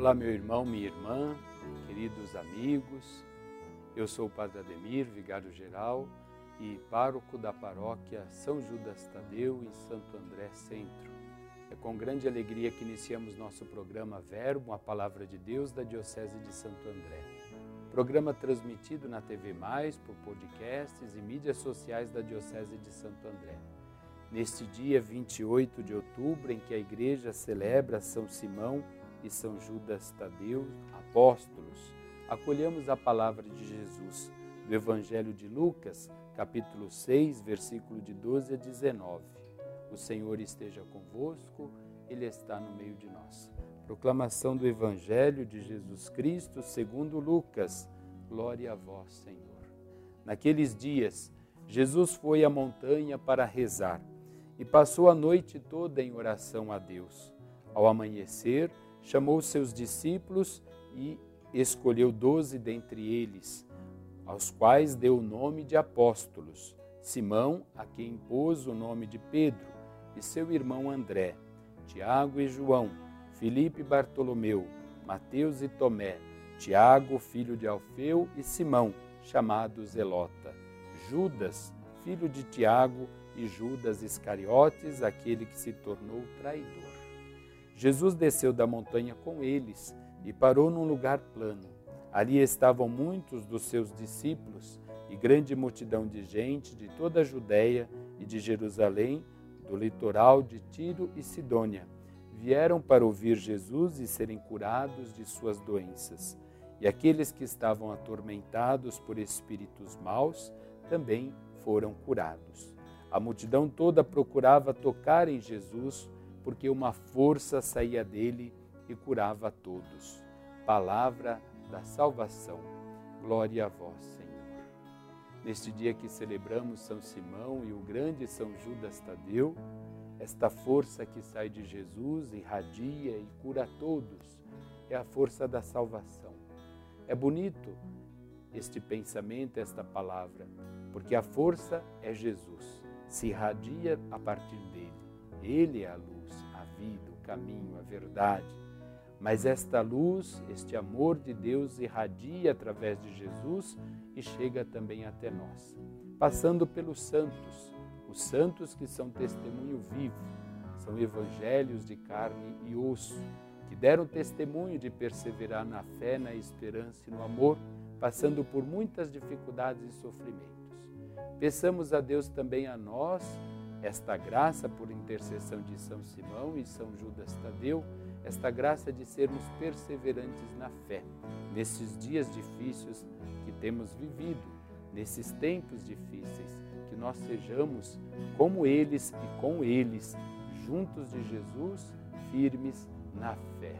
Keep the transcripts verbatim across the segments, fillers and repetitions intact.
Olá, meu irmão, minha irmã, queridos amigos. Eu sou o Padre Ademir, vigário-geral e pároco da paróquia São Judas Tadeu, em Santo André Centro. É com grande alegria que iniciamos nosso programa Verbo, a Palavra de Deus da Diocese de Santo André. Programa transmitido na T V Mais, por podcasts e mídias sociais da Diocese de Santo André. Neste dia vinte e oito de outubro, em que a Igreja celebra São Simão e São Judas Tadeu, apóstolos, acolhemos a palavra de Jesus do Evangelho de Lucas, capítulo seis, versículo de doze a dezenove. O Senhor esteja convosco, Ele está no meio de nós. Proclamação do Evangelho de Jesus Cristo segundo Lucas. Glória a vós, Senhor. Naqueles dias, Jesus foi à montanha para rezar e passou a noite toda em oração a Deus. Ao amanhecer, chamou seus discípulos e escolheu doze dentre eles, aos quais deu o nome de apóstolos: Simão, a quem pôs o nome de Pedro, e seu irmão André, Tiago e João, Filipe e Bartolomeu, Mateus e Tomé, Tiago, filho de Alfeu, e Simão, chamado Zelota, Judas, filho de Tiago, e Judas Iscariotes, aquele que se tornou traidor. Jesus desceu da montanha com eles e parou num lugar plano. Ali estavam muitos dos seus discípulos e grande multidão de gente de toda a Judéia e de Jerusalém, do litoral de Tiro e Sidônia. Vieram para ouvir Jesus e serem curados de suas doenças. E aqueles que estavam atormentados por espíritos maus também foram curados. A multidão toda procurava tocar em Jesus, porque uma força saía dele e curava a todos. Palavra da salvação. Glória a vós, Senhor. Neste dia que celebramos São Simão e o grande São Judas Tadeu, esta força que sai de Jesus irradia e cura a todos. É a força da salvação. É bonito este pensamento, esta palavra, porque a força é Jesus, se irradia a partir dele. Ele é a luz, a vida, o caminho, a verdade. Mas esta luz, este amor de Deus irradia através de Jesus e chega também até nós, passando pelos santos, os santos que são testemunho vivo, são evangelhos de carne e osso, que deram testemunho de perseverar na fé, na esperança e no amor, passando por muitas dificuldades e sofrimentos. Peçamos a Deus também a nós esta graça por intercessão de São Simão e São Judas Tadeu, esta graça de sermos perseverantes na fé, nesses dias difíceis que temos vivido, nesses tempos difíceis, que nós sejamos como eles e com eles, juntos de Jesus, firmes na fé.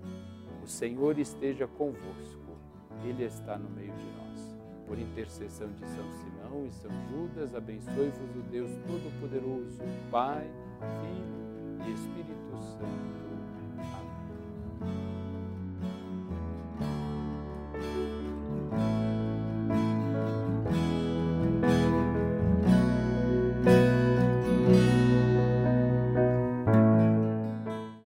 O Senhor esteja convosco, Ele está no meio de nós. Por intercessão de São Simão e São Judas, abençoe-vos o Deus Todo-Poderoso, Pai, Filho e Espírito Santo.